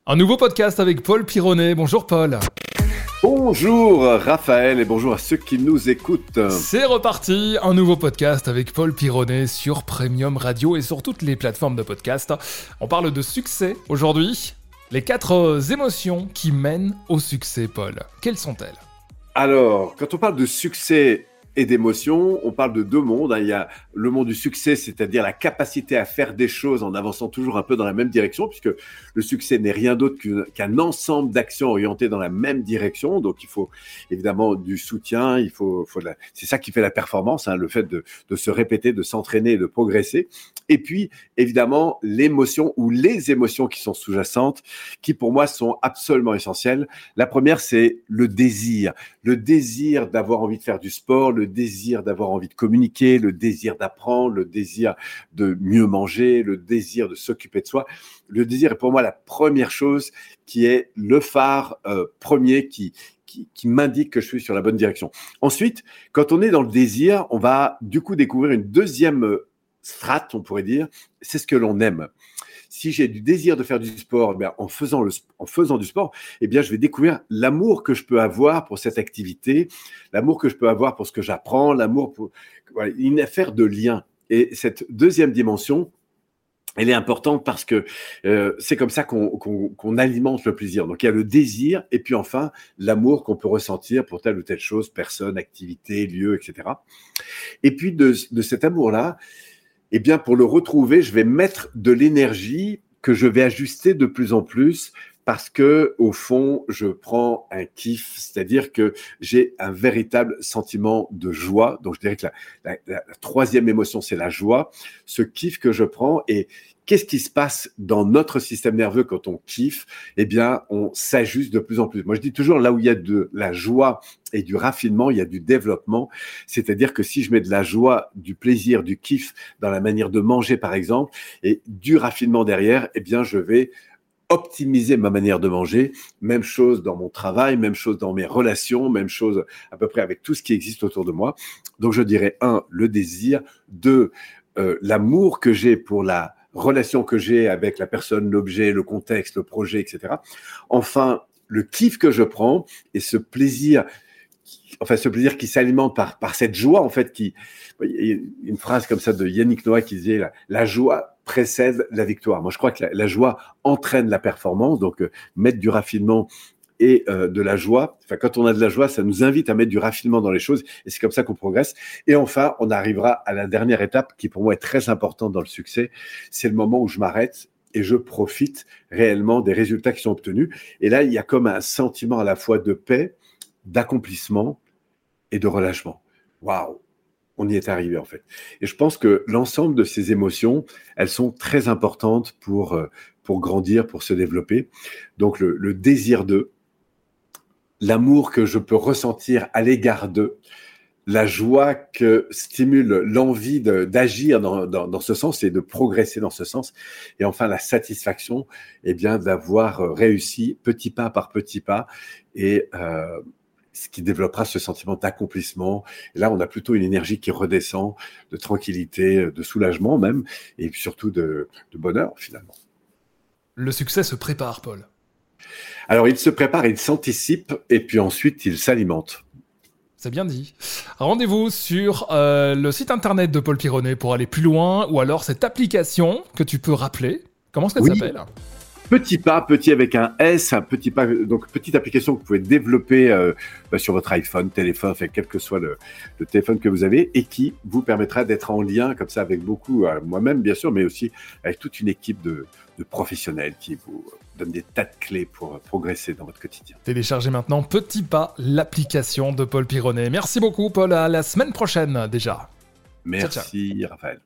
Un nouveau podcast avec Paul Pironnet. Bonjour Paul. Bonjour Raphaël et bonjour à ceux qui nous écoutent. C'est reparti, un nouveau podcast avec Paul Pironnet sur Premium Radio et sur toutes les plateformes de podcast. On parle de succès aujourd'hui. Les 4 émotions qui mènent au succès, Paul. Quelles sont-elles ? Alors, quand on parle de succès et d'émotion, on parle de 2 mondes. Il y a le monde du succès, c'est-à-dire la capacité à faire des choses en avançant toujours un peu dans la même direction, puisque le succès n'est rien d'autre qu'un ensemble d'actions orientées dans la même direction. Donc, il faut évidemment du soutien, c'est ça qui fait la performance, le fait de se répéter, de s'entraîner, de progresser. Et puis, évidemment, l'émotion ou les émotions qui sont sous-jacentes, qui pour moi sont absolument essentielles. La première, c'est le désir d'avoir envie de faire du sport, le désir d'avoir envie de communiquer, le désir d'apprendre, le désir de mieux manger, le désir de s'occuper de soi. Le désir est pour moi la première chose qui est le phare premier qui m'indique que je suis sur la bonne direction. Ensuite, quand on est dans le désir, on va du coup découvrir une deuxième strate, on pourrait dire, c'est ce que l'on aime. Si j'ai du désir de faire du sport, en faisant du sport, je vais découvrir l'amour que je peux avoir pour cette activité, l'amour que je peux avoir pour ce que j'apprends, une affaire de lien. Et cette deuxième dimension, elle est importante parce que c'est comme ça qu'on alimente le plaisir. Donc, il y a le désir et puis enfin, l'amour qu'on peut ressentir pour telle ou telle chose, personne, activité, lieu, etc. Et puis, de cet amour-là, pour le retrouver, je vais mettre de l'énergie que je vais ajuster de plus en plus parce que, au fond, je prends un kiff, c'est-à-dire que j'ai un véritable sentiment de joie. Donc, je dirais que la troisième émotion, c'est la joie. Ce kiff que je prends et qu'est-ce qui se passe dans notre système nerveux quand on kiffe ? On s'ajuste de plus en plus. Moi, je dis toujours, là où il y a de la joie et du raffinement, il y a du développement. C'est-à-dire que si je mets de la joie, du plaisir, du kiff dans la manière de manger, par exemple, et du raffinement derrière, je vais optimiser ma manière de manger. Même chose dans mon travail, même chose dans mes relations, même chose à peu près avec tout ce qui existe autour de moi. Donc, je dirais 1, le désir, 2, l'amour que j'ai pour la relation que j'ai avec la personne, l'objet, le contexte, le projet, etc. Enfin, le kiff que je prends et ce plaisir qui s'alimente par cette joie, en fait, il y a une phrase comme ça de Yannick Noah qui disait la joie précède la victoire. Moi, je crois que la joie entraîne la performance, donc mettre du raffinement et de la joie. Quand on a de la joie, ça nous invite à mettre du raffinement dans les choses et c'est comme ça qu'on progresse. Et enfin, on arrivera à la dernière étape qui pour moi est très importante dans le succès. C'est le moment où je m'arrête et je profite réellement des résultats qui sont obtenus. Et là, il y a comme un sentiment à la fois de paix, d'accomplissement et de relâchement. Waouh! On y est arrivé en fait. Et je pense que l'ensemble de ces émotions, elles sont très importantes pour grandir, pour se développer. Donc le désir d'eux, l'amour que je peux ressentir à l'égard d'eux, la joie que stimule l'envie d'agir dans ce sens et de progresser dans ce sens, et enfin la satisfaction d'avoir réussi petit pas par petit pas et ce qui développera ce sentiment d'accomplissement. Et là, on a plutôt une énergie qui redescend, de tranquillité, de soulagement même, et surtout de bonheur finalement. Le succès se prépare, Paul. Alors, il se prépare, il s'anticipe, et puis ensuite, il s'alimente. C'est bien dit. Rendez-vous sur le site internet de Paul Pironnet pour aller plus loin, ou alors cette application que tu peux rappeler. Comment est-ce qu'elle s'appelle ? Petit pas, petit avec un S, un petit pas, donc petite application que vous pouvez développer sur votre iPhone, téléphone, quel que soit le téléphone que vous avez, et qui vous permettra d'être en lien comme ça avec moi-même bien sûr, mais aussi avec toute une équipe de professionnels qui vous donnent des tas de clés pour progresser dans votre quotidien. Téléchargez maintenant Petit Pas, l'application de Paul Pironnet. Merci beaucoup Paul, à la semaine prochaine déjà. Merci Raphaël.